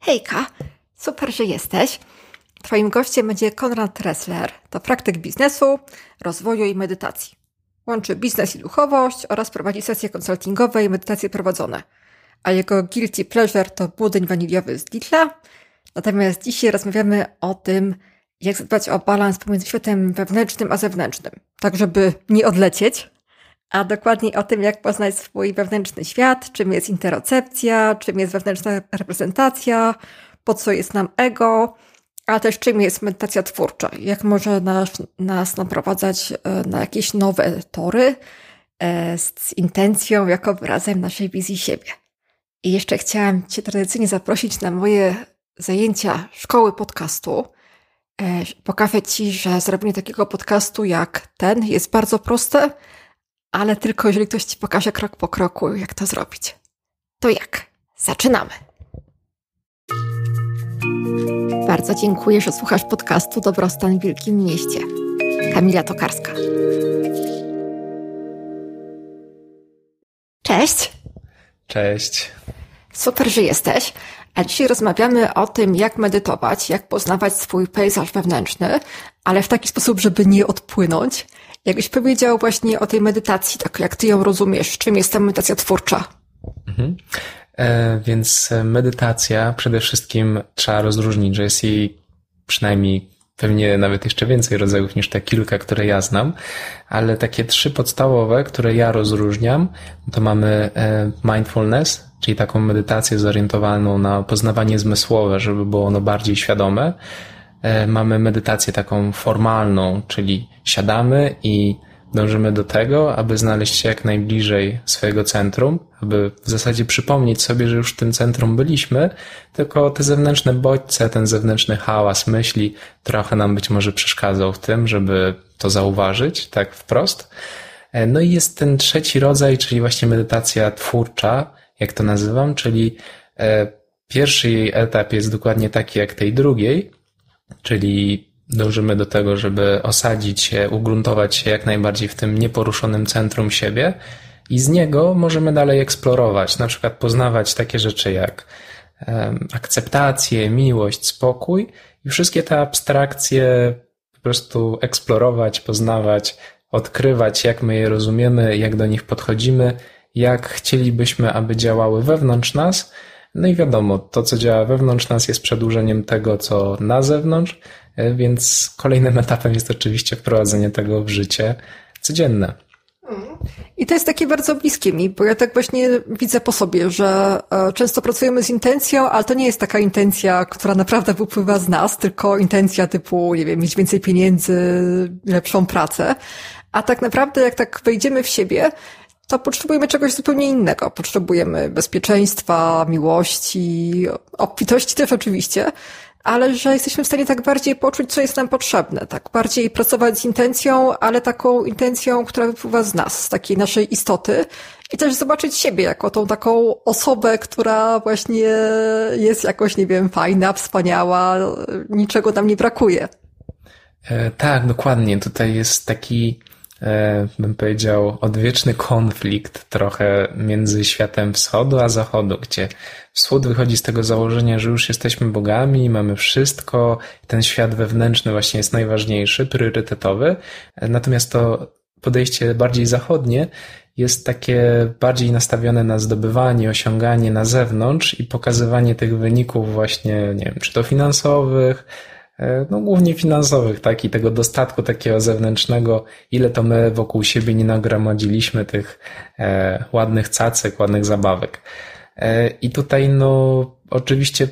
Hejka, super, że jesteś. Twoim gościem będzie Konrad Ressler. To praktyk biznesu, rozwoju i medytacji. Łączy biznes i duchowość oraz prowadzi sesje konsultingowe i medytacje prowadzone. A jego guilty pleasure to budyń waniliowy z Lidla. Natomiast dzisiaj rozmawiamy o tym, jak zadbać o balans pomiędzy światem wewnętrznym a zewnętrznym. Tak, żeby nie odlecieć. A dokładniej o tym, jak poznać swój wewnętrzny świat, czym jest interocepcja, czym jest wewnętrzna reprezentacja, po co jest nam ego, a też czym jest medytacja twórcza, jak może nas naprowadzać na jakieś nowe tory z intencją jako wyrazem naszej wizji siebie. I jeszcze chciałam Cię tradycyjnie zaprosić na moje zajęcia szkoły podcastu. Pokażę Ci, że zrobienie takiego podcastu jak ten jest bardzo proste, ale tylko jeżeli ktoś Ci pokaże krok po kroku, jak to zrobić. To jak? Zaczynamy! Bardzo dziękuję, że słuchasz podcastu Dobrostan w Wielkim Mieście. Kamila Tokarska. Cześć! Cześć! Super, że jesteś. A dzisiaj rozmawiamy o tym, jak medytować, jak poznawać swój pejzaż wewnętrzny, ale w taki sposób, żeby nie odpłynąć. Jakbyś powiedział właśnie o tej medytacji, tak jak ty ją rozumiesz, czym jest ta medytacja twórcza? Więc medytacja przede wszystkim trzeba rozróżnić, że jest jej przynajmniej pewnie nawet jeszcze więcej rodzajów niż te kilka, które ja znam, ale takie 3 podstawowe, które ja rozróżniam, to mamy mindfulness, czyli taką medytację zorientowaną na poznawanie zmysłowe, żeby było ono bardziej świadome. Mamy medytację taką formalną, czyli siadamy i dążymy do tego, aby znaleźć się jak najbliżej swojego centrum, aby w zasadzie przypomnieć sobie, że już w tym centrum byliśmy, tylko te zewnętrzne bodźce, ten zewnętrzny hałas myśli trochę nam być może przeszkadzał w tym, żeby to zauważyć tak wprost. No i jest ten 3 rodzaj, czyli właśnie medytacja twórcza, jak to nazywam, czyli pierwszy jej etap jest dokładnie taki jak tej drugiej, czyli dążymy do tego, żeby osadzić się, ugruntować się jak najbardziej w tym nieporuszonym centrum siebie i z niego możemy dalej eksplorować, na przykład poznawać takie rzeczy jak akceptację, miłość, spokój i wszystkie te abstrakcje po prostu eksplorować, poznawać, odkrywać, jak my je rozumiemy, jak do nich podchodzimy, jak chcielibyśmy, aby działały wewnątrz nas. No i wiadomo, to co działa wewnątrz nas jest przedłużeniem tego, co na zewnątrz, więc kolejnym etapem jest oczywiście wprowadzenie tego w życie codzienne. I to jest takie bardzo bliskie mi, bo ja tak właśnie widzę po sobie, że często pracujemy z intencją, ale to nie jest taka intencja, która naprawdę wypływa z nas, tylko intencja typu, nie wiem, mieć więcej pieniędzy, lepszą pracę. A tak naprawdę jak tak wejdziemy w siebie, to potrzebujemy czegoś zupełnie innego. Potrzebujemy bezpieczeństwa, miłości, obfitości też oczywiście, ale że jesteśmy w stanie tak bardziej poczuć, co jest nam potrzebne, tak bardziej pracować z intencją, ale taką intencją, która wypływa z nas, z takiej naszej istoty i też zobaczyć siebie jako tą taką osobę, która właśnie jest jakoś, nie wiem, fajna, wspaniała, niczego nam nie brakuje. Tak, dokładnie. Tutaj jest taki, bym powiedział, odwieczny konflikt trochę między światem wschodu a zachodu, gdzie wschód wychodzi z tego założenia, że już jesteśmy bogami, mamy wszystko, ten świat wewnętrzny właśnie jest najważniejszy, priorytetowy, natomiast to podejście bardziej zachodnie jest takie bardziej nastawione na zdobywanie, osiąganie na zewnątrz i pokazywanie tych wyników właśnie, nie wiem, czy to finansowych, no głównie finansowych, tak, i tego dostatku takiego zewnętrznego, ile to my wokół siebie nie nagromadziliśmy tych ładnych cacek, ładnych zabawek. I tutaj no oczywiście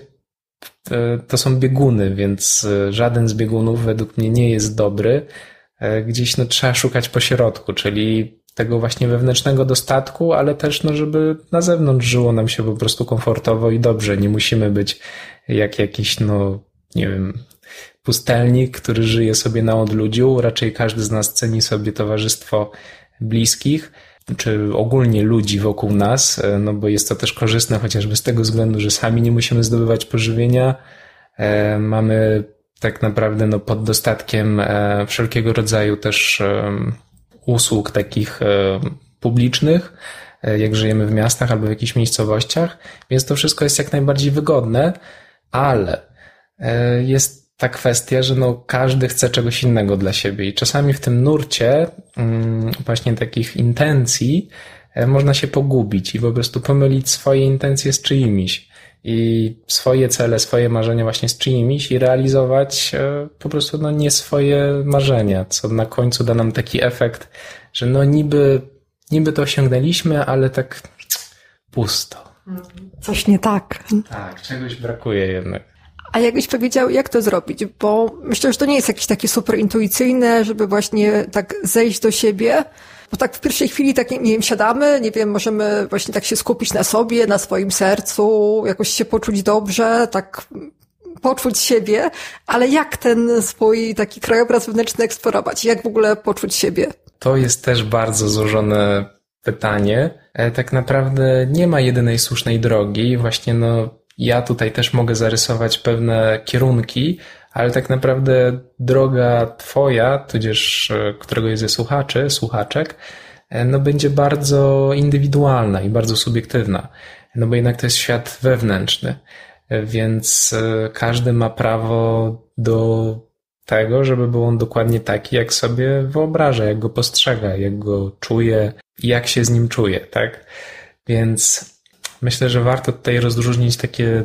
to są bieguny, więc żaden z biegunów według mnie nie jest dobry. Gdzieś no trzeba szukać pośrodku, czyli tego właśnie wewnętrznego dostatku, ale też no żeby na zewnątrz żyło nam się po prostu komfortowo i dobrze. Nie musimy być jak jakiś, no nie wiem, pustelnik, który żyje sobie na odludziu. Raczej każdy z nas ceni sobie towarzystwo bliskich, czy ogólnie ludzi wokół nas, no bo jest to też korzystne chociażby z tego względu, że sami nie musimy zdobywać pożywienia. Mamy tak naprawdę no pod dostatkiem wszelkiego rodzaju też usług takich publicznych, jak żyjemy w miastach albo w jakichś miejscowościach, więc to wszystko jest jak najbardziej wygodne. ale jest ta kwestia, że no każdy chce czegoś innego dla siebie i czasami w tym nurcie właśnie takich intencji można się pogubić i po prostu pomylić swoje intencje z czyimiś i swoje cele, swoje marzenia właśnie z czyimiś i realizować po prostu no nie swoje marzenia, co na końcu da nam taki efekt, że no niby to osiągnęliśmy, ale tak pusto. Coś nie tak. Tak, czegoś brakuje jednak. A jakbyś powiedział, jak to zrobić? Bo myślę, że to nie jest jakieś takie super intuicyjne, żeby właśnie tak zejść do siebie. Bo tak w pierwszej chwili tak, nie wiem, siadamy, nie wiem, możemy właśnie tak się skupić na sobie, na swoim sercu, jakoś się poczuć dobrze, tak poczuć siebie, ale jak ten swój taki krajobraz wewnętrzny eksplorować? Jak w ogóle poczuć siebie? To jest też bardzo złożone pytanie. Tak naprawdę nie ma jedynej słusznej drogi. Właśnie ja tutaj też mogę zarysować pewne kierunki, ale tak naprawdę droga twoja, tudzież któregoś ze słuchaczek, będzie bardzo indywidualna i bardzo subiektywna. Bo jednak to jest świat wewnętrzny, więc każdy ma prawo do tego, żeby był on dokładnie taki, jak sobie wyobraża, jak go postrzega, jak go czuje i jak się z nim czuje, tak? Więc myślę, że warto tutaj rozróżnić takie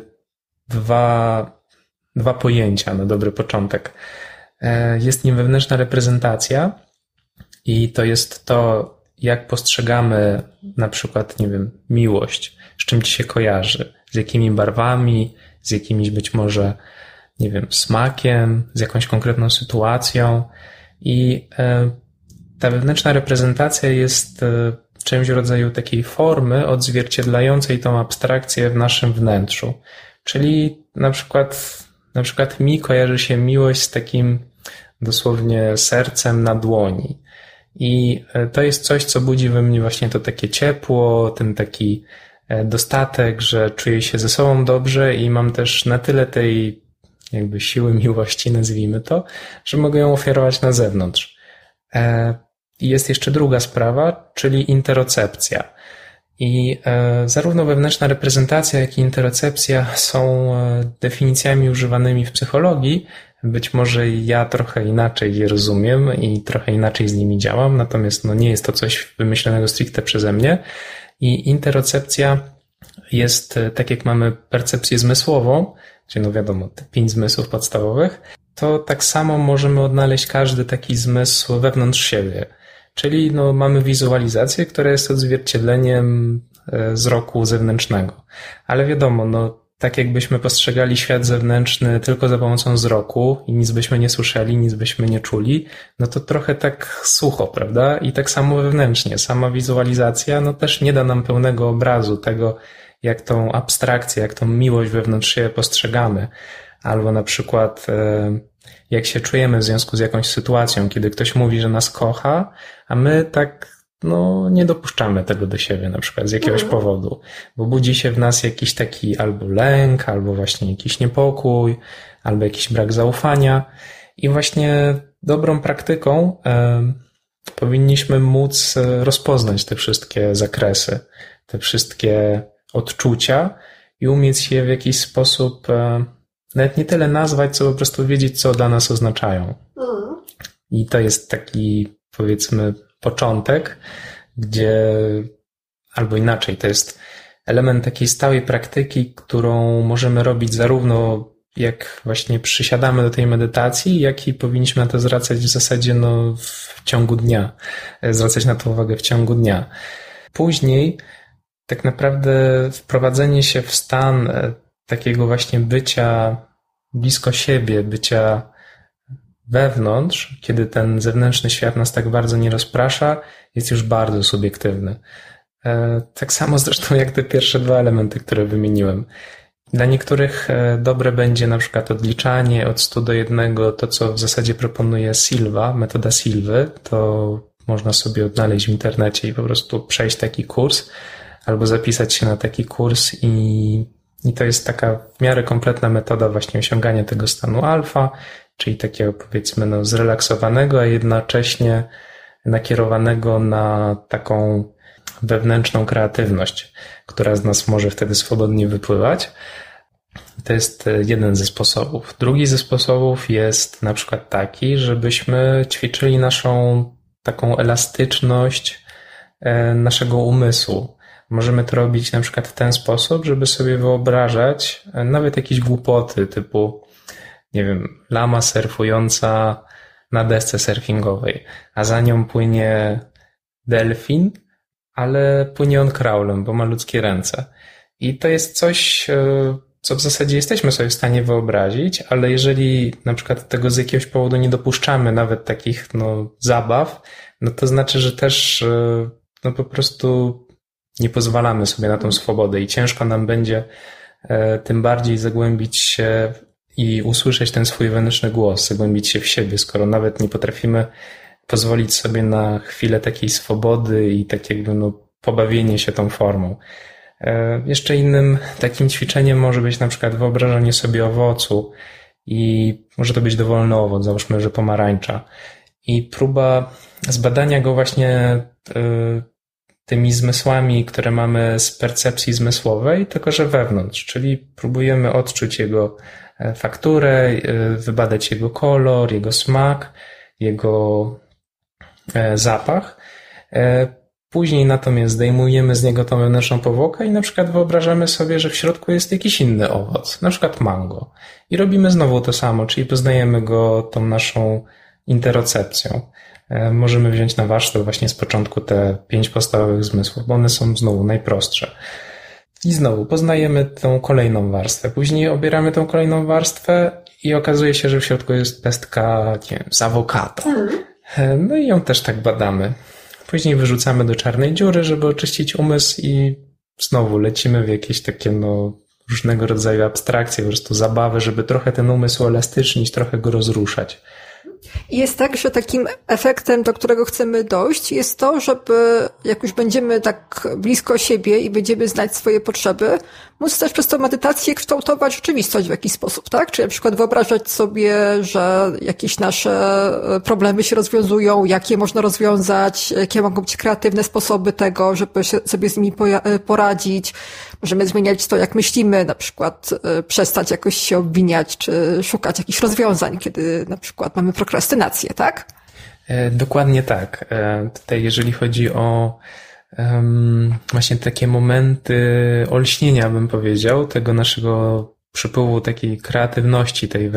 dwa pojęcia na dobry początek. Jest nim wewnętrzna reprezentacja i to jest to, jak postrzegamy na przykład, nie wiem, miłość, z czym ci się kojarzy, z jakimi barwami, z jakimiś być może, nie wiem, smakiem, z jakąś konkretną sytuacją i ta wewnętrzna reprezentacja jest czymś w rodzaju takiej formy odzwierciedlającej tą abstrakcję w naszym wnętrzu. Czyli na przykład mi kojarzy się miłość z takim dosłownie sercem na dłoni. I to jest coś, co budzi we mnie właśnie to takie ciepło, ten taki dostatek, że czuję się ze sobą dobrze i mam też na tyle tej jakby siły miłości, nazwijmy to, że mogę ją ofiarować na zewnątrz. I jest jeszcze druga sprawa, czyli interocepcja. I zarówno wewnętrzna reprezentacja, jak i interocepcja są definicjami używanymi w psychologii. Być może ja trochę inaczej je rozumiem i trochę inaczej z nimi działam, natomiast nie jest to coś wymyślonego stricte przeze mnie. I interocepcja jest, tak jak mamy percepcję zmysłową, gdzie wiadomo, te 5 zmysłów podstawowych, to tak samo możemy odnaleźć każdy taki zmysł wewnątrz siebie. Czyli mamy wizualizację, która jest odzwierciedleniem wzroku zewnętrznego. Ale wiadomo, tak jakbyśmy postrzegali świat zewnętrzny tylko za pomocą wzroku i nic byśmy nie słyszeli, nic byśmy nie czuli, to trochę tak sucho, prawda? I tak samo wewnętrznie. Sama wizualizacja też nie da nam pełnego obrazu tego, jak tą abstrakcję, jak tą miłość wewnątrz siebie postrzegamy. Albo na przykład jak się czujemy w związku z jakąś sytuacją, kiedy ktoś mówi, że nas kocha, a my tak nie dopuszczamy tego do siebie na przykład z jakiegoś powodu, bo budzi się w nas jakiś taki albo lęk, albo właśnie jakiś niepokój, albo jakiś brak zaufania i właśnie dobrą praktyką powinniśmy móc rozpoznać te wszystkie zakresy, te wszystkie odczucia i umieć je w jakiś sposób nawet nie tyle nazwać, co po prostu wiedzieć, co dla nas oznaczają. I to jest taki, powiedzmy, początek, gdzie, albo inaczej, to jest element takiej stałej praktyki, którą możemy robić zarówno jak właśnie przysiadamy do tej medytacji, jak i powinniśmy na to zwracać w zasadzie w ciągu dnia, zwracać na to uwagę w ciągu dnia. Później tak naprawdę wprowadzenie się w stan takiego właśnie bycia blisko siebie, bycia wewnątrz, kiedy ten zewnętrzny świat nas tak bardzo nie rozprasza, jest już bardzo subiektywny. Tak samo zresztą jak te pierwsze 2 elementy, które wymieniłem. Dla niektórych dobre będzie na przykład odliczanie od 100 do 1, to co w zasadzie proponuje Silva, metoda Silwy, to można sobie odnaleźć w internecie i po prostu przejść taki kurs, albo zapisać się na taki kurs i to jest taka w miarę kompletna metoda właśnie osiągania tego stanu alfa, czyli takiego powiedzmy zrelaksowanego, a jednocześnie nakierowanego na taką wewnętrzną kreatywność, która z nas może wtedy swobodnie wypływać. To jest jeden ze sposobów. Drugi ze sposobów jest na przykład taki, żebyśmy ćwiczyli naszą taką elastyczność naszego umysłu. Możemy to robić na przykład w ten sposób, żeby sobie wyobrażać nawet jakieś głupoty typu, nie wiem, lama surfująca na desce surfingowej, a za nią płynie delfin, ale płynie on kraulem, bo ma ludzkie ręce. I to jest coś, co w zasadzie jesteśmy sobie w stanie wyobrazić, ale jeżeli na przykład tego z jakiegoś powodu nie dopuszczamy nawet takich zabaw, no to znaczy, że też po prostu nie pozwalamy sobie na tą swobodę i ciężko nam będzie tym bardziej zagłębić się i usłyszeć ten swój wewnętrzny głos, zagłębić się w siebie, skoro nawet nie potrafimy pozwolić sobie na chwilę takiej swobody i takiego pobawienie się tą formą. Jeszcze innym takim ćwiczeniem może być na przykład wyobrażanie sobie owocu i może to być dowolny owoc, załóżmy, że pomarańcza i próba zbadania go właśnie tymi zmysłami, które mamy z percepcji zmysłowej, tylko że wewnątrz, czyli próbujemy odczuć jego fakturę, wybadać jego kolor, jego smak, jego zapach. Później natomiast zdejmujemy z niego tą wewnętrzną powłokę i na przykład wyobrażamy sobie, że w środku jest jakiś inny owoc, na przykład mango. I robimy znowu to samo, czyli poznajemy go tą naszą interocepcją. Możemy wziąć na warsztat właśnie z początku te 5 podstawowych zmysłów, bo one są znowu najprostsze. I znowu poznajemy tą kolejną warstwę. Później obieramy tą kolejną warstwę i okazuje się, że w środku jest pestka, nie wiem, z awokado. No i ją też tak badamy. Później wyrzucamy do czarnej dziury, żeby oczyścić umysł i znowu lecimy w jakieś takie różnego rodzaju abstrakcje, po prostu zabawy, żeby trochę ten umysł elastycznić, trochę go rozruszać. I jest tak, że takim efektem, do którego chcemy dojść, jest to, żeby jak już będziemy tak blisko siebie i będziemy znać swoje potrzeby, móc też przez tą medytację kształtować rzeczywistość w jakiś sposób, tak? Czyli na przykład wyobrażać sobie, że jakieś nasze problemy się rozwiązują, jak je można rozwiązać, jakie mogą być kreatywne sposoby tego, żeby sobie z nimi poradzić. Możemy zmieniać to, jak myślimy, na przykład przestać jakoś się obwiniać, czy szukać jakichś rozwiązań, kiedy na przykład mamy prokrastynację, tak? Dokładnie tak. Tutaj jeżeli chodzi o właśnie takie momenty olśnienia, bym powiedział, tego naszego przypływu takiej kreatywności, tej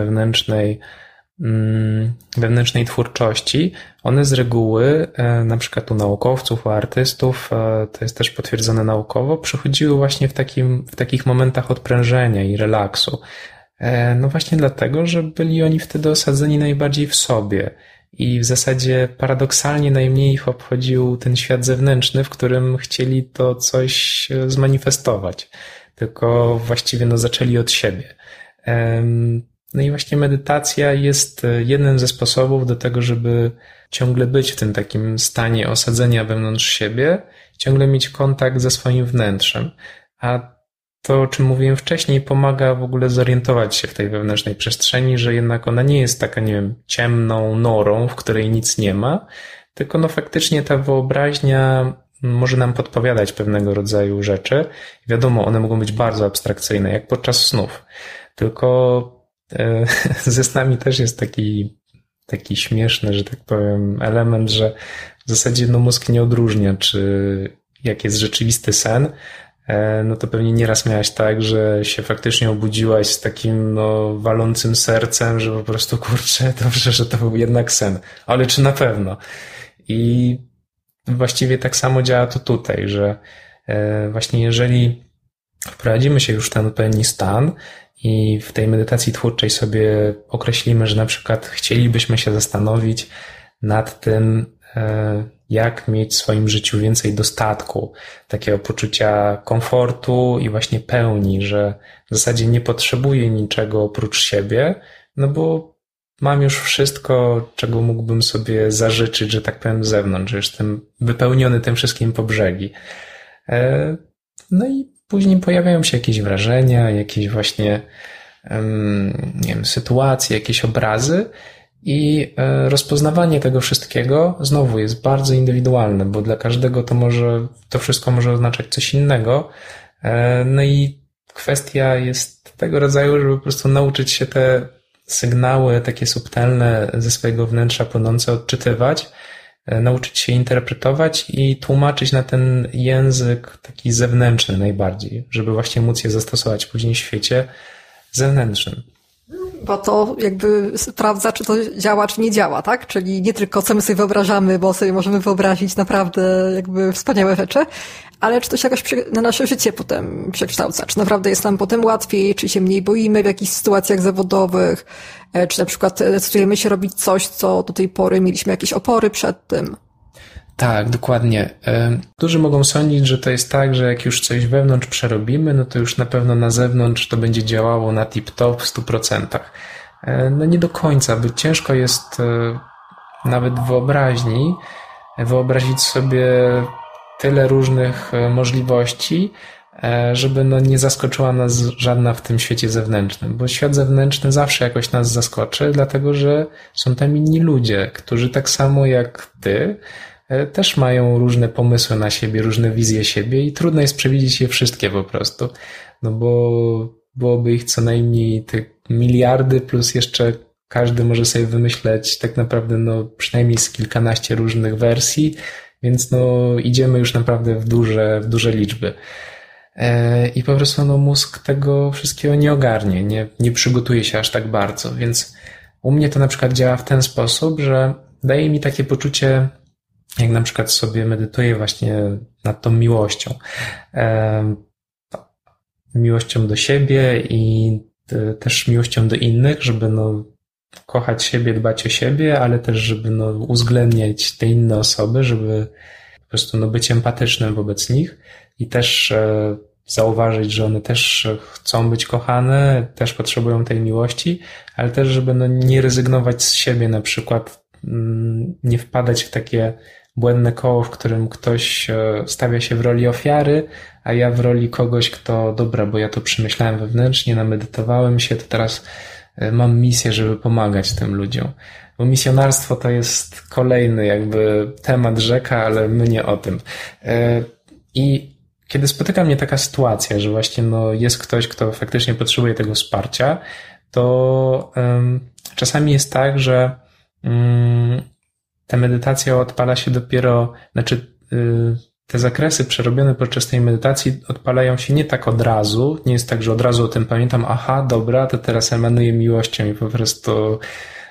wewnętrznej twórczości, one z reguły, na przykład u naukowców, u artystów, to jest też potwierdzone naukowo, przychodziły właśnie w takich momentach odprężenia i relaksu. No właśnie dlatego, że byli oni wtedy osadzeni najbardziej w sobie i w zasadzie paradoksalnie najmniej ich obchodził ten świat zewnętrzny, w którym chcieli to coś zmanifestować, tylko właściwie zaczęli od siebie. No i właśnie medytacja jest jednym ze sposobów do tego, żeby ciągle być w tym takim stanie osadzenia wewnątrz siebie, ciągle mieć kontakt ze swoim wnętrzem, a to, o czym mówiłem wcześniej, pomaga w ogóle zorientować się w tej wewnętrznej przestrzeni, że jednak ona nie jest taka, nie wiem, ciemną norą, w której nic nie ma, tylko faktycznie ta wyobraźnia może nam podpowiadać pewnego rodzaju rzeczy. Wiadomo, one mogą być bardzo abstrakcyjne, jak podczas snów. Tylko ze snami też jest taki śmieszny, że tak powiem, element, że w zasadzie mózg nie odróżnia, czy jak jest rzeczywisty sen, no to pewnie nieraz miałaś tak, że się faktycznie obudziłaś z takim walącym sercem, że po prostu kurczę, dobrze, że to był jednak sen. Ale czy na pewno? I właściwie tak samo działa to tutaj, że właśnie jeżeli wprowadzimy się już w ten odpowiedni stan i w tej medytacji twórczej sobie określimy, że na przykład chcielibyśmy się zastanowić nad tym, jak mieć w swoim życiu więcej dostatku, takiego poczucia komfortu i właśnie pełni, że w zasadzie nie potrzebuję niczego oprócz siebie, bo mam już wszystko, czego mógłbym sobie zażyczyć, że tak powiem, z zewnątrz, że jestem wypełniony tym wszystkim po brzegi. No i później pojawiają się jakieś wrażenia, jakieś właśnie, nie wiem, sytuacje, jakieś obrazy i rozpoznawanie tego wszystkiego znowu jest bardzo indywidualne, bo dla każdego to wszystko może oznaczać coś innego. No i kwestia jest tego rodzaju, żeby po prostu nauczyć się te sygnały takie subtelne ze swojego wnętrza płynące odczytywać, nauczyć się interpretować i tłumaczyć na ten język taki zewnętrzny najbardziej, żeby właśnie móc je zastosować później w świecie zewnętrznym. Bo to jakby sprawdza, czy to działa, czy nie działa, tak? Czyli nie tylko co my sobie wyobrażamy, bo sobie możemy wyobrazić naprawdę jakby wspaniałe rzeczy, ale czy to się jakoś na nasze życie potem przekształca? Czy naprawdę jest nam potem łatwiej, czy się mniej boimy w jakichś sytuacjach zawodowych, czy na przykład decydujemy się robić coś, co do tej pory mieliśmy jakieś opory przed tym? Tak, dokładnie. Którzy mogą sądzić, że to jest tak, że jak już coś wewnątrz przerobimy, no to już na pewno na zewnątrz to będzie działało na tip-top w 100%. No nie do końca, bo ciężko jest nawet w wyobraźni wyobrazić sobie tyle różnych możliwości, żeby nie zaskoczyła nas żadna w tym świecie zewnętrznym, bo świat zewnętrzny zawsze jakoś nas zaskoczy, dlatego że są tam inni ludzie, którzy tak samo jak ty też mają różne pomysły na siebie, różne wizje siebie i trudno jest przewidzieć je wszystkie po prostu, no bo byłoby ich co najmniej te miliardy, plus jeszcze każdy może sobie wymyśleć tak naprawdę przynajmniej z kilkanaście różnych wersji, więc idziemy już naprawdę w duże liczby. I po prostu mózg tego wszystkiego nie ogarnie, nie przygotuje się aż tak bardzo, więc u mnie to na przykład działa w ten sposób, że daje mi takie poczucie, jak na przykład sobie medytuję właśnie nad tą miłością. Miłością do siebie i też miłością do innych, żeby kochać siebie, dbać o siebie, ale też żeby uwzględniać te inne osoby, żeby po prostu być empatycznym wobec nich i też zauważyć, że one też chcą być kochane, też potrzebują tej miłości, ale też żeby nie rezygnować z siebie, na przykład nie wpadać w takie błędne koło, w którym ktoś stawia się w roli ofiary, a ja w roli kogoś, kto dobra, bo ja to przemyślałem wewnętrznie, namedytowałem się, to teraz mam misję, żeby pomagać tym ludziom. Bo misjonarstwo to jest kolejny jakby temat rzeka, ale my nie o tym. I kiedy spotyka mnie taka sytuacja, że właśnie jest ktoś, kto faktycznie potrzebuje tego wsparcia, to czasami jest tak, że ta medytacja odpala się dopiero, te zakresy przerobione podczas tej medytacji odpalają się nie tak od razu, nie jest tak, że od razu o tym pamiętam, aha, dobra, to teraz emanuję miłością i po prostu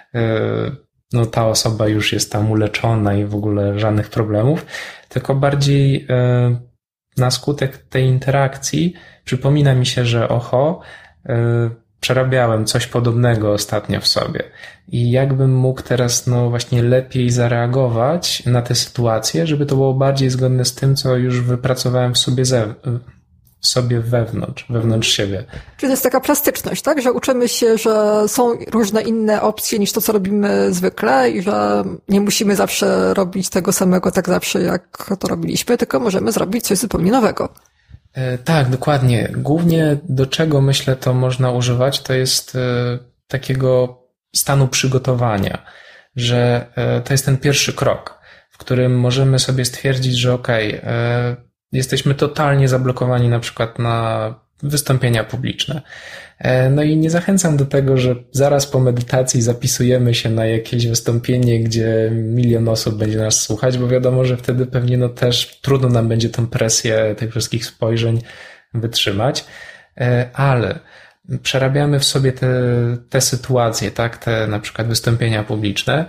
ta osoba już jest tam uleczona i w ogóle żadnych problemów, tylko bardziej na skutek tej interakcji przypomina mi się, że przerabiałem coś podobnego ostatnio w sobie i jakbym mógł teraz właśnie lepiej zareagować na tę sytuację, żeby to było bardziej zgodne z tym, co już wypracowałem w sobie wewnątrz siebie. Czyli to jest taka plastyczność, tak? Że uczymy się, że są różne inne opcje niż to, co robimy zwykle i że nie musimy zawsze robić tego samego tak zawsze, jak to robiliśmy, tylko możemy zrobić coś zupełnie nowego. Tak, dokładnie. Głównie do czego myślę to można używać, to jest takiego stanu przygotowania, że to jest ten pierwszy krok, w którym możemy sobie stwierdzić, że jesteśmy totalnie zablokowani na przykład na wystąpienia publiczne. No i nie zachęcam do tego, że zaraz po medytacji zapisujemy się na jakieś wystąpienie, gdzie 1 milion osób będzie nas słuchać, bo wiadomo, że wtedy pewnie też trudno nam będzie tę presję tych wszystkich spojrzeń wytrzymać, ale przerabiamy w sobie te sytuacje, tak, te na przykład wystąpienia publiczne.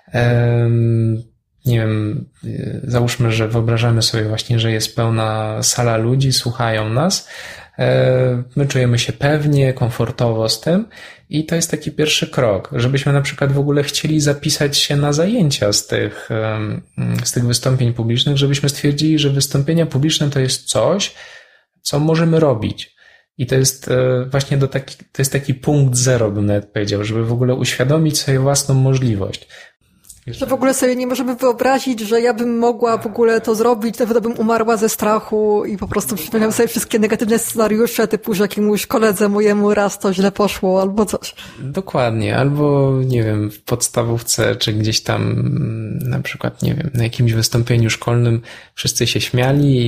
Nie wiem, załóżmy, że wyobrażamy sobie właśnie, że jest pełna sala ludzi, słuchają nas. My czujemy się pewnie, komfortowo z tym i to jest taki pierwszy krok, żebyśmy na przykład w ogóle chcieli zapisać się na zajęcia z tych wystąpień publicznych, żebyśmy stwierdzili, że wystąpienia publiczne to jest coś, co możemy robić. I to jest właśnie to jest taki punkt zero, bym nawet powiedział, żeby w ogóle uświadomić sobie własną możliwość. Że w ogóle sobie nie możemy wyobrazić, że ja bym mogła w ogóle to zrobić, na pewno bym umarła ze strachu i po prostu przypominam sobie wszystkie negatywne scenariusze, typu, że jakiemuś koledze mojemu raz to źle poszło albo coś. Dokładnie, albo nie wiem, w podstawówce, czy gdzieś tam na przykład, nie wiem, na jakimś wystąpieniu szkolnym wszyscy się śmiali i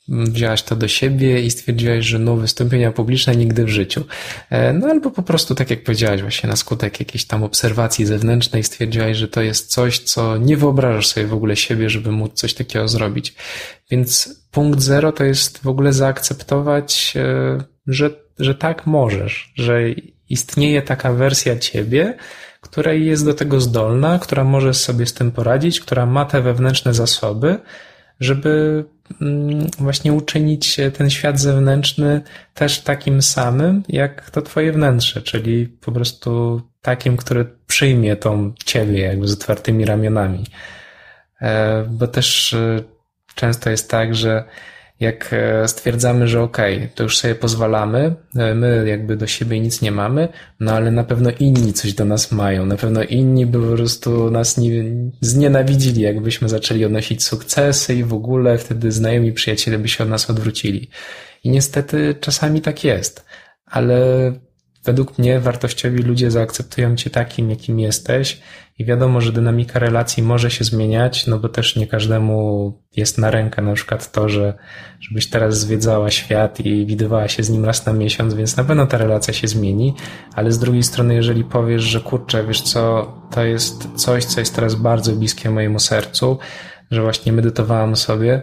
wzięłaś to do siebie i stwierdziłaś, że no wystąpienia publiczne nigdy w życiu. No albo po prostu, tak jak powiedziałaś, właśnie na skutek jakiejś tam obserwacji zewnętrznej stwierdziłaś, że to jest coś, co nie wyobrażasz sobie w ogóle siebie, żeby móc coś takiego zrobić. Więc punkt 0 to jest w ogóle zaakceptować, że tak możesz, że istnieje taka wersja ciebie, która jest do tego zdolna, która może sobie z tym poradzić, która ma te wewnętrzne zasoby, żeby właśnie uczynić ten świat zewnętrzny też takim samym, jak to twoje wnętrze, czyli po prostu takim, który przyjmie tą ciebie jakby z otwartymi ramionami. Bo też często jest tak, że jak stwierdzamy, że okej, to już sobie pozwalamy, my jakby do siebie nic nie mamy, no ale na pewno inni coś do nas mają, na pewno inni by po prostu nas znienawidzili, jakbyśmy zaczęli odnosić sukcesy i w ogóle wtedy znajomi przyjaciele by się od nas odwrócili. I niestety czasami tak jest, ale według mnie wartościowi ludzie zaakceptują cię takim, jakim jesteś i wiadomo, że dynamika relacji może się zmieniać, no bo też nie każdemu jest na rękę na przykład to, żebyś teraz zwiedzała świat i widywała się z nim raz na miesiąc, więc na pewno ta relacja się zmieni, ale z drugiej strony, jeżeli powiesz, że kurczę, wiesz co, to jest coś, co jest teraz bardzo bliskie mojemu sercu, że właśnie medytowałam sobie,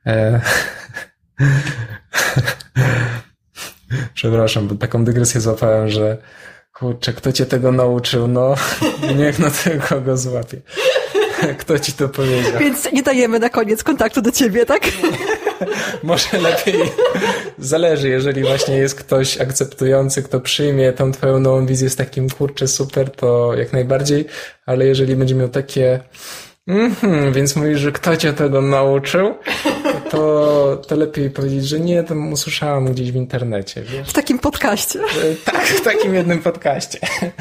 przepraszam, bo taką dygresję złapałem, że kurczę, kto cię tego nauczył? No, niech no tylko go złapie. Kto ci to powiedział? Więc nie dajemy na koniec kontaktu do ciebie, tak? Może lepiej. Zależy, jeżeli właśnie jest ktoś akceptujący, kto przyjmie tą twoją nową wizję z takim kurczę super, to jak najbardziej, ale jeżeli będzie miał takie więc mówisz, że kto cię tego nauczył, to lepiej powiedzieć, że nie, to usłyszałam gdzieś w internecie, wiesz? W takim podcaście. Tak, w takim jednym podcaście.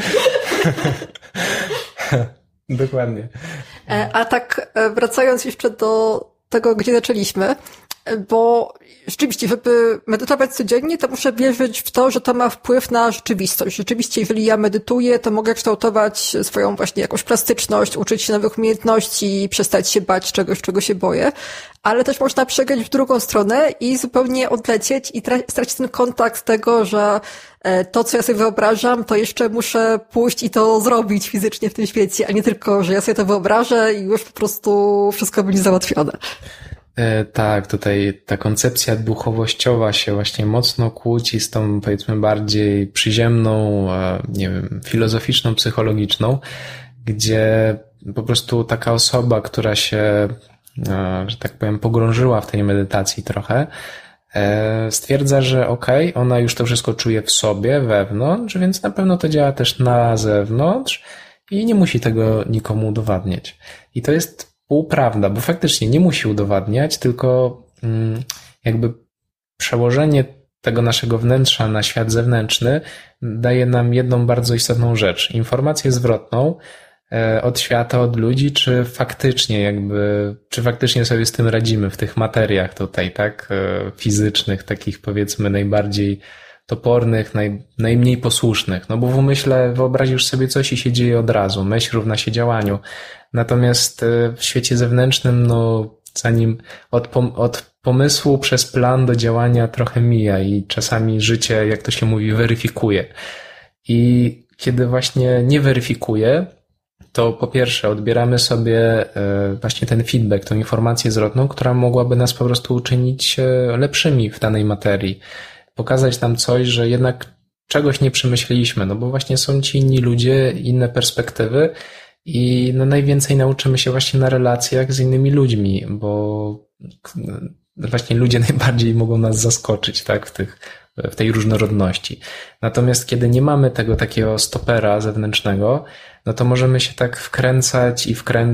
Dokładnie. A tak wracając jeszcze do tego, gdzie zaczęliśmy, bo rzeczywiście, żeby medytować codziennie, to muszę wierzyć w to, że to ma wpływ na rzeczywistość. Rzeczywiście, jeżeli ja medytuję, to mogę kształtować swoją właśnie jakąś plastyczność, uczyć się nowych umiejętności, przestać się bać czegoś, czego się boję, ale też można przegrać w drugą stronę i zupełnie odlecieć i stracić ten kontakt tego, że to, co ja sobie wyobrażam, to jeszcze muszę pójść i to zrobić fizycznie w tym świecie, a nie tylko, że ja sobie to wyobrażę i już po prostu wszystko będzie załatwione. Tak, tutaj ta koncepcja duchowościowa się właśnie mocno kłóci z tą, powiedzmy, bardziej przyziemną, nie wiem, filozoficzną, psychologiczną, gdzie po prostu taka osoba, która się, że tak powiem, pogrążyła w tej medytacji trochę, stwierdza, że okej, ona już to wszystko czuje w sobie, wewnątrz, więc na pewno to działa też na zewnątrz i nie musi tego nikomu udowadniać. I to jest półprawda, bo faktycznie nie musi udowadniać, tylko jakby przełożenie tego naszego wnętrza na świat zewnętrzny daje nam jedną bardzo istotną rzecz. Informację zwrotną od świata, od ludzi, czy faktycznie sobie z tym radzimy w tych materiach tutaj, tak, fizycznych, takich powiedzmy najbardziej topornych, najmniej posłusznych. No bo w umyśle wyobrazisz sobie coś i się dzieje od razu. Myśl równa się działaniu. Natomiast w świecie zewnętrznym, no zanim od pomysłu przez plan do działania trochę mija i czasami życie, jak to się mówi, weryfikuje. I kiedy właśnie nie weryfikuje, to po pierwsze odbieramy sobie właśnie ten feedback, tą informację zwrotną, która mogłaby nas po prostu uczynić lepszymi w danej materii. Pokazać nam coś, że jednak czegoś nie przemyśleliśmy, no bo właśnie są ci inni ludzie, inne perspektywy i no najwięcej nauczymy się właśnie na relacjach z innymi ludźmi, bo właśnie ludzie najbardziej mogą nas zaskoczyć, tak, w tej różnorodności. Natomiast kiedy nie mamy tego takiego stopera zewnętrznego, no to możemy się tak wkręcać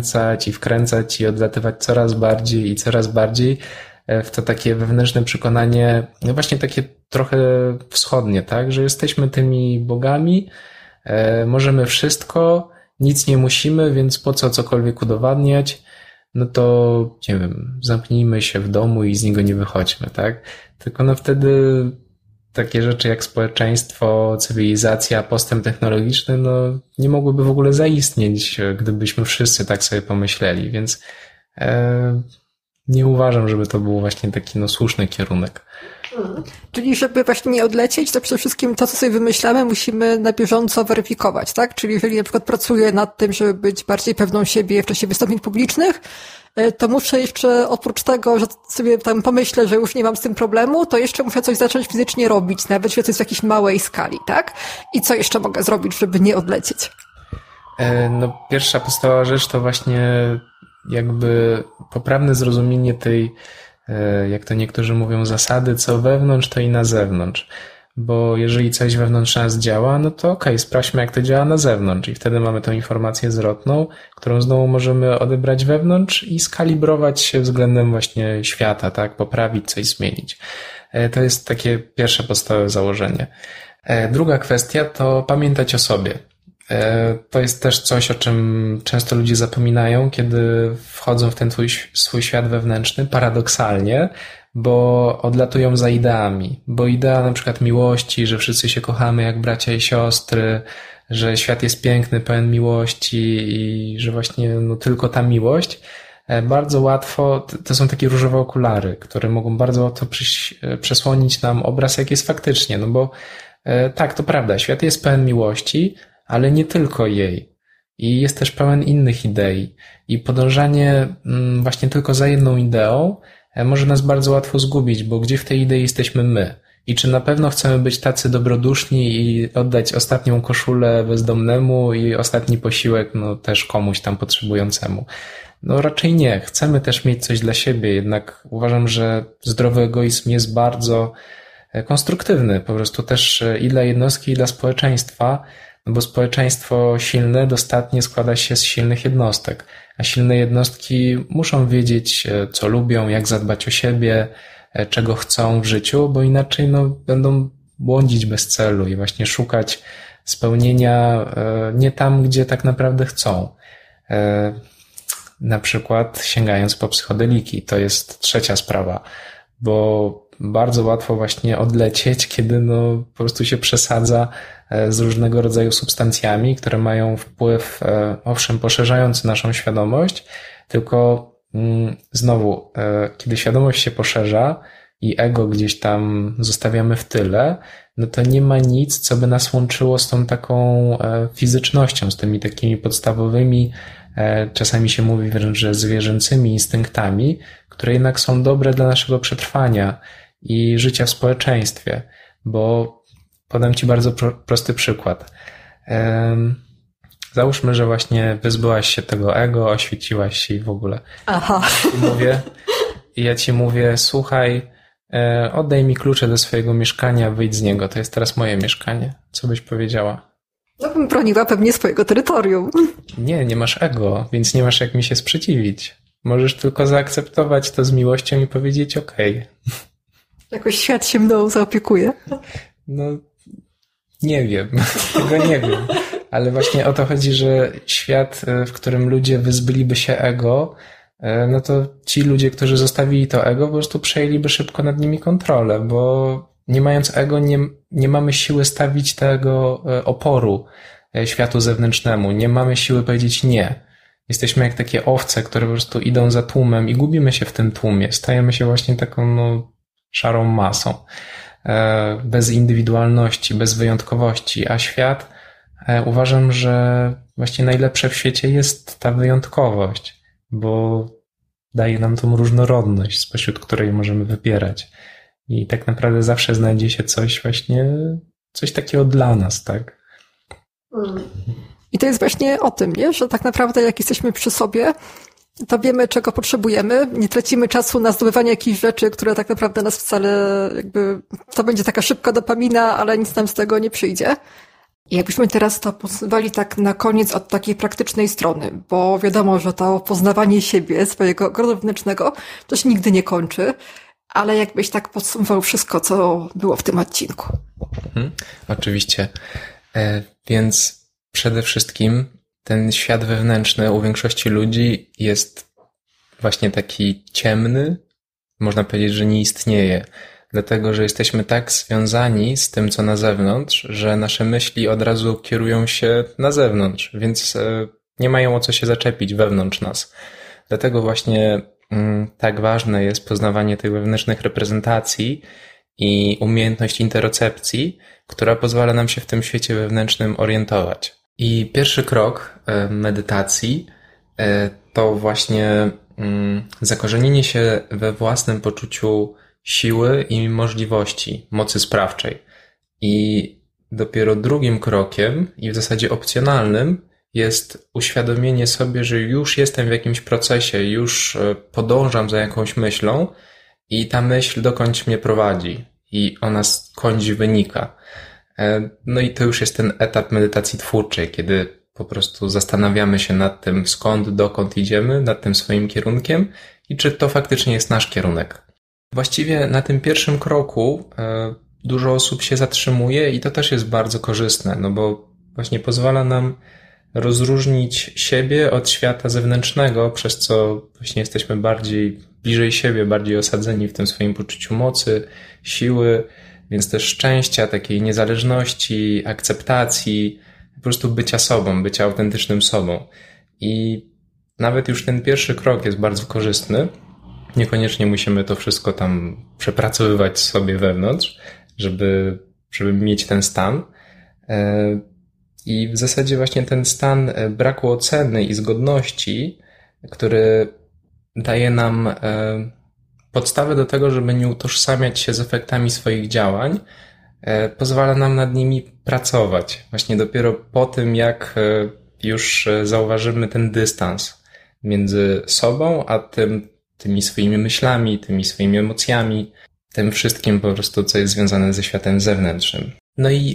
i odlatywać coraz bardziej w to takie wewnętrzne przekonanie, no właśnie takie trochę wschodnie, tak, że jesteśmy tymi bogami, możemy wszystko, nic nie musimy, więc po co cokolwiek udowadniać, no to, nie wiem, zamknijmy się w domu i z niego nie wychodźmy, tak, tylko no wtedy takie rzeczy jak społeczeństwo, cywilizacja, postęp technologiczny, no nie mogłyby w ogóle zaistnieć, gdybyśmy wszyscy tak sobie pomyśleli, więc nie uważam, żeby to był właśnie taki słuszny kierunek. Czyli żeby właśnie nie odlecieć, to przede wszystkim to, co sobie wymyślamy, musimy na bieżąco weryfikować, tak? Czyli jeżeli na przykład pracuję nad tym, żeby być bardziej pewną siebie w czasie wystąpień publicznych, to muszę jeszcze oprócz tego, że sobie tam pomyślę, że już nie mam z tym problemu, to jeszcze muszę coś zacząć fizycznie robić, nawet jeśli to jest w jakiejś małej skali, tak? I co jeszcze mogę zrobić, żeby nie odlecieć? Pierwsza podstawowa rzecz to właśnie jakby poprawne zrozumienie tej, jak to niektórzy mówią, zasady, co wewnątrz, to i na zewnątrz. Bo jeżeli coś wewnątrz nas działa, no to okej, sprawdźmy, jak to działa na zewnątrz i wtedy mamy tą informację zwrotną, którą znowu możemy odebrać wewnątrz i skalibrować się względem właśnie świata, tak, poprawić, coś zmienić. To jest takie pierwsze podstawowe założenie. Druga kwestia to pamiętać o sobie. To jest też coś, o czym często ludzie zapominają, kiedy wchodzą w ten swój świat wewnętrzny, paradoksalnie, bo odlatują za ideami. Bo idea na przykład miłości, że wszyscy się kochamy jak bracia i siostry, że świat jest piękny, pełen miłości i że właśnie tylko ta miłość, bardzo łatwo, to są takie różowe okulary, które mogą bardzo łatwo przesłonić nam obraz, jak jest faktycznie. No bo tak, to prawda, świat jest pełen miłości, ale nie tylko jej. I jest też pełen innych idei. I podążanie właśnie tylko za jedną ideą może nas bardzo łatwo zgubić, bo gdzie w tej idei jesteśmy my? I czy na pewno chcemy być tacy dobroduszni i oddać ostatnią koszulę bezdomnemu i ostatni posiłek też komuś tam potrzebującemu? Raczej nie. Chcemy też mieć coś dla siebie, jednak uważam, że zdrowy egoizm jest bardzo konstruktywny. Po prostu też i dla jednostki, i dla społeczeństwa, bo społeczeństwo silne dostatnie składa się z silnych jednostek, a silne jednostki muszą wiedzieć, co lubią, jak zadbać o siebie, czego chcą w życiu, bo inaczej będą błądzić bez celu i właśnie szukać spełnienia nie tam, gdzie tak naprawdę chcą. Na przykład sięgając po psychodeliki. To jest trzecia sprawa, bo bardzo łatwo właśnie odlecieć, kiedy po prostu się przesadza z różnego rodzaju substancjami, które mają wpływ, owszem, poszerzający naszą świadomość, tylko znowu, kiedy świadomość się poszerza i ego gdzieś tam zostawiamy w tyle, to nie ma nic, co by nas łączyło z tą taką fizycznością, z tymi takimi podstawowymi, czasami się mówi wręcz, że zwierzęcymi instynktami, które jednak są dobre dla naszego przetrwania i życia w społeczeństwie, bo podam Ci bardzo prosty przykład. Załóżmy, że właśnie wyzbyłaś się tego ego, oświeciłaś się i w ogóle. Aha. Ja Ci mówię, słuchaj, oddaj mi klucze do swojego mieszkania, wyjdź z niego, to jest teraz moje mieszkanie. Co byś powiedziała? Bym broniła pewnie swojego terytorium. Nie masz ego, więc nie masz jak mi się sprzeciwić. Możesz tylko zaakceptować to z miłością i powiedzieć okej. Jakoś świat się mną zaopiekuje. Nie wiem, tego nie wiem. Ale właśnie o to chodzi, że świat, w którym ludzie wyzbyliby się ego, to ci ludzie, którzy zostawili to ego, po prostu przejęliby szybko nad nimi kontrolę, bo nie mając ego nie mamy siły stawić tego oporu światu zewnętrznemu. Nie mamy siły powiedzieć nie. Jesteśmy jak takie owce, które po prostu idą za tłumem i gubimy się w tym tłumie. Stajemy się właśnie taką szarą masą. Bez indywidualności, bez wyjątkowości, a świat uważam, że właśnie najlepsze w świecie jest ta wyjątkowość, bo daje nam tą różnorodność, spośród której możemy wybierać. I tak naprawdę zawsze znajdzie się coś takiego dla nas, tak? I to jest właśnie o tym, nie? Że tak naprawdę jak jesteśmy przy sobie, to wiemy, czego potrzebujemy, nie tracimy czasu na zdobywanie jakichś rzeczy, które tak naprawdę nas wcale to będzie taka szybka dopamina, ale nic nam z tego nie przyjdzie. I jakbyśmy teraz to podsumowali tak na koniec od takiej praktycznej strony, bo wiadomo, że to poznawanie siebie, swojego ogrodu wewnętrznego, to się nigdy nie kończy, ale jakbyś tak podsumował wszystko, co było w tym odcinku. Oczywiście. Więc przede wszystkim ten świat wewnętrzny u większości ludzi jest właśnie taki ciemny, można powiedzieć, że nie istnieje. Dlatego, że jesteśmy tak związani z tym, co na zewnątrz, że nasze myśli od razu kierują się na zewnątrz, więc nie mają o co się zaczepić wewnątrz nas. Dlatego właśnie tak ważne jest poznawanie tych wewnętrznych reprezentacji i umiejętność interocepcji, która pozwala nam się w tym świecie wewnętrznym orientować. I pierwszy krok medytacji to właśnie zakorzenienie się we własnym poczuciu siły i możliwości, mocy sprawczej. I dopiero drugim krokiem i w zasadzie opcjonalnym jest uświadomienie sobie, że już jestem w jakimś procesie, już podążam za jakąś myślą i ta myśl dokądś mnie prowadzi i ona skądś wynika. No i to już jest ten etap medytacji twórczej, kiedy po prostu zastanawiamy się nad tym, skąd, dokąd idziemy, nad tym swoim kierunkiem i czy to faktycznie jest nasz kierunek. Właściwie na tym pierwszym kroku dużo osób się zatrzymuje i to też jest bardzo korzystne, no bo właśnie pozwala nam rozróżnić siebie od świata zewnętrznego, przez co właśnie jesteśmy bliżej siebie, bardziej osadzeni w tym swoim poczuciu mocy, siły, więc też szczęścia, takiej niezależności, akceptacji, po prostu bycia sobą, bycia autentycznym sobą. I nawet już ten pierwszy krok jest bardzo korzystny. Niekoniecznie musimy to wszystko tam przepracowywać sobie wewnątrz, żeby mieć ten stan. I w zasadzie właśnie ten stan braku oceny i zgodności, który daje nam podstawę do tego, żeby nie utożsamiać się z efektami swoich działań, pozwala nam nad nimi pracować. Właśnie dopiero po tym, jak już zauważymy ten dystans między sobą, a tymi swoimi myślami, tymi swoimi emocjami, tym wszystkim po prostu, co jest związane ze światem zewnętrznym. No i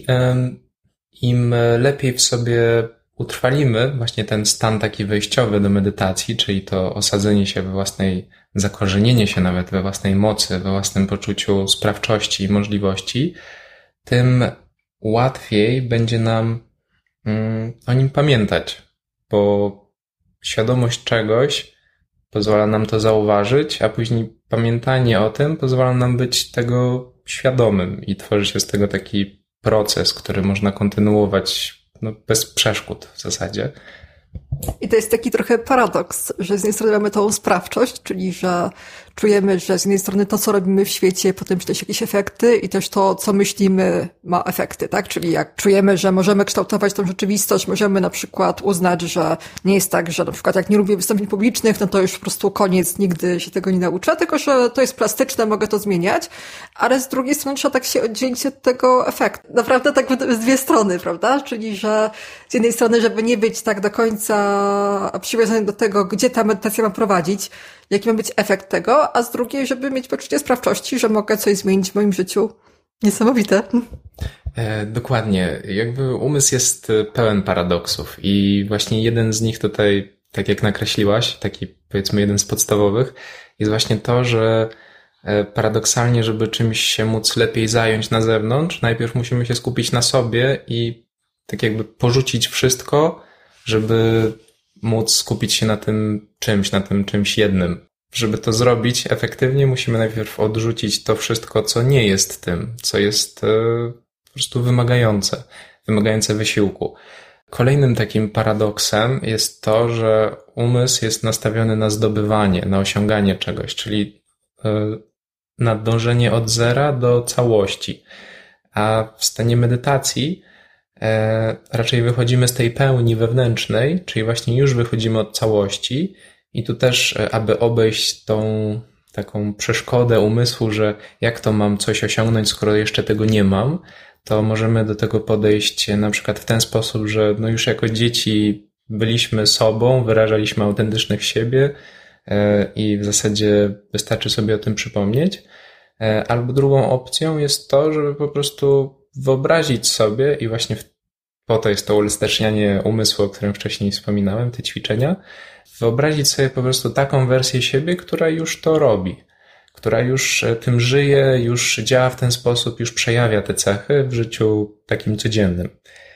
im lepiej w sobie utrwalimy właśnie ten stan taki wejściowy do medytacji, czyli to osadzenie się zakorzenienie się nawet we własnej mocy, we własnym poczuciu sprawczości i możliwości, tym łatwiej będzie nam o nim pamiętać, bo świadomość czegoś pozwala nam to zauważyć, a później pamiętanie o tym pozwala nam być tego świadomym i tworzy się z tego taki proces, który można kontynuować bez przeszkód w zasadzie. I to jest taki trochę paradoks, że z jednej strony mamy tą sprawczość, czyli że czujemy, że z jednej strony to, co robimy w świecie, potem przynosi jakieś efekty i też to, co myślimy, ma efekty, tak? Czyli jak czujemy, że możemy kształtować tą rzeczywistość, możemy na przykład uznać, że nie jest tak, że na przykład jak nie lubię wystąpień publicznych, no to już po prostu koniec, nigdy się tego nie nauczę, tylko że to jest plastyczne, mogę to zmieniać, ale z drugiej strony trzeba tak się oddzielić od tego efektu. Naprawdę tak z dwie strony, prawda? Czyli że z jednej strony, żeby nie być tak do końca przywiązany do tego, gdzie ta medytacja ma prowadzić, jaki ma być efekt tego, a z drugiej, żeby mieć poczucie sprawczości, że mogę coś zmienić w moim życiu. Niesamowite. Dokładnie. Jakby umysł jest pełen paradoksów i właśnie jeden z nich tutaj, tak jak nakreśliłaś, taki powiedzmy jeden z podstawowych, jest właśnie to, że paradoksalnie, żeby czymś się móc lepiej zająć na zewnątrz, najpierw musimy się skupić na sobie i tak jakby porzucić wszystko, żeby móc skupić się na tym czymś jednym. Żeby to zrobić efektywnie, musimy najpierw odrzucić to wszystko, co nie jest tym, co jest po prostu wymagające wysiłku. Kolejnym takim paradoksem jest to, że umysł jest nastawiony na zdobywanie, na osiąganie czegoś, czyli na dążenie od zera do całości. A w stanie medytacji raczej wychodzimy z tej pełni wewnętrznej, czyli właśnie już wychodzimy od całości i tu też, aby obejść tą taką przeszkodę umysłu, że jak to mam coś osiągnąć, skoro jeszcze tego nie mam, to możemy do tego podejść na przykład w ten sposób, że już jako dzieci byliśmy sobą, wyrażaliśmy autentycznych siebie i w zasadzie wystarczy sobie o tym przypomnieć. Albo drugą opcją jest to, żeby po prostu wyobrazić sobie i właśnie po to jest to uelastycznianie umysłu, o którym wcześniej wspominałem, te ćwiczenia, wyobrazić sobie po prostu taką wersję siebie, która już to robi, która już tym żyje, już działa w ten sposób, już przejawia te cechy w życiu takim codziennym.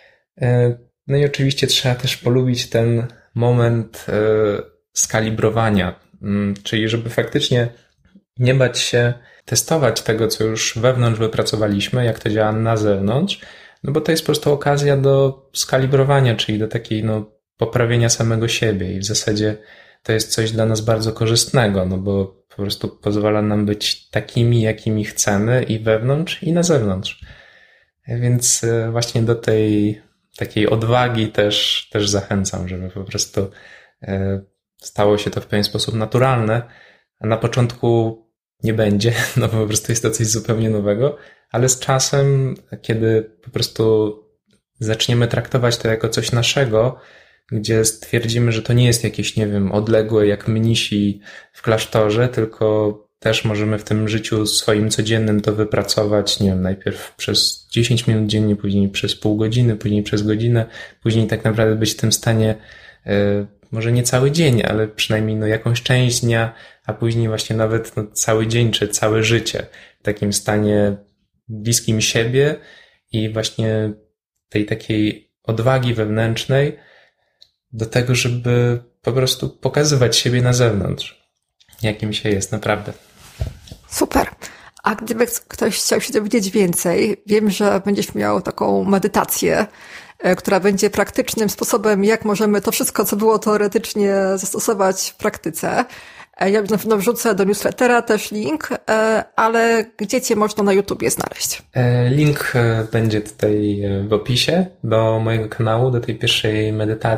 No i oczywiście trzeba też polubić ten moment skalibrowania, czyli żeby faktycznie nie bać się testować tego, co już wewnątrz wypracowaliśmy, jak to działa na zewnątrz, no bo to jest po prostu okazja do skalibrowania, czyli do takiej poprawienia samego siebie i w zasadzie to jest coś dla nas bardzo korzystnego, no bo po prostu pozwala nam być takimi, jakimi chcemy i wewnątrz, i na zewnątrz. Więc właśnie do tej takiej odwagi też zachęcam, żeby po prostu stało się to w pewien sposób naturalne, a na początku nie będzie, no bo po prostu jest to coś zupełnie nowego, ale z czasem, kiedy po prostu zaczniemy traktować to jako coś naszego, gdzie stwierdzimy, że to nie jest jakieś, nie wiem, odległe jak mnisi w klasztorze, tylko też możemy w tym życiu swoim codziennym to wypracować, nie wiem, najpierw przez 10 minut dziennie, później przez pół godziny, później przez godzinę, później tak naprawdę być w tym stanie może nie cały dzień, ale przynajmniej no jakąś część dnia, a później właśnie nawet no cały dzień czy całe życie w takim stanie bliskim siebie i właśnie tej takiej odwagi wewnętrznej do tego, żeby po prostu pokazywać siebie na zewnątrz, jakim się jest naprawdę. Super. A gdyby ktoś chciał się dowiedzieć więcej, wiem, że będziesz miał taką medytację, która będzie praktycznym sposobem, jak możemy to wszystko, co było teoretycznie, zastosować w praktyce. Ja na pewno wrzucę do newslettera też link, ale gdzie cię można na YouTubie znaleźć? Link będzie tutaj w opisie do mojego kanału, do tej pierwszej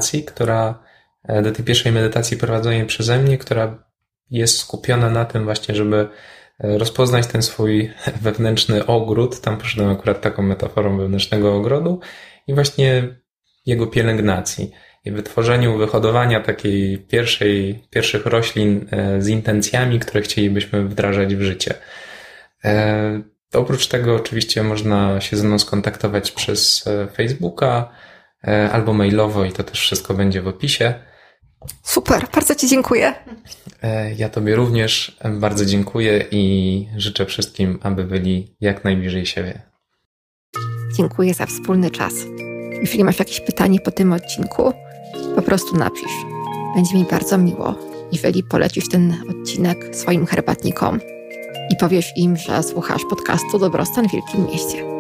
medytacji prowadzonej przeze mnie, która jest skupiona na tym właśnie, żeby rozpoznać ten swój wewnętrzny ogród. Tam poszedłem akurat taką metaforą wewnętrznego ogrodu i właśnie jego pielęgnacji i wytworzeniu, wyhodowania takiej pierwszych roślin z intencjami, które chcielibyśmy wdrażać w życie. Oprócz tego oczywiście można się ze mną skontaktować przez Facebooka albo mailowo i to też wszystko będzie w opisie. Super, bardzo Ci dziękuję. Ja Tobie również bardzo dziękuję i życzę wszystkim, aby byli jak najbliżej siebie. Dziękuję za wspólny czas. Jeśli masz jakieś pytanie po tym odcinku, po prostu napisz. Będzie mi bardzo miło, jeżeli polecisz ten odcinek swoim herbatnikom i powiesz im, że słuchasz podcastu Dobrostan w Wielkim Mieście.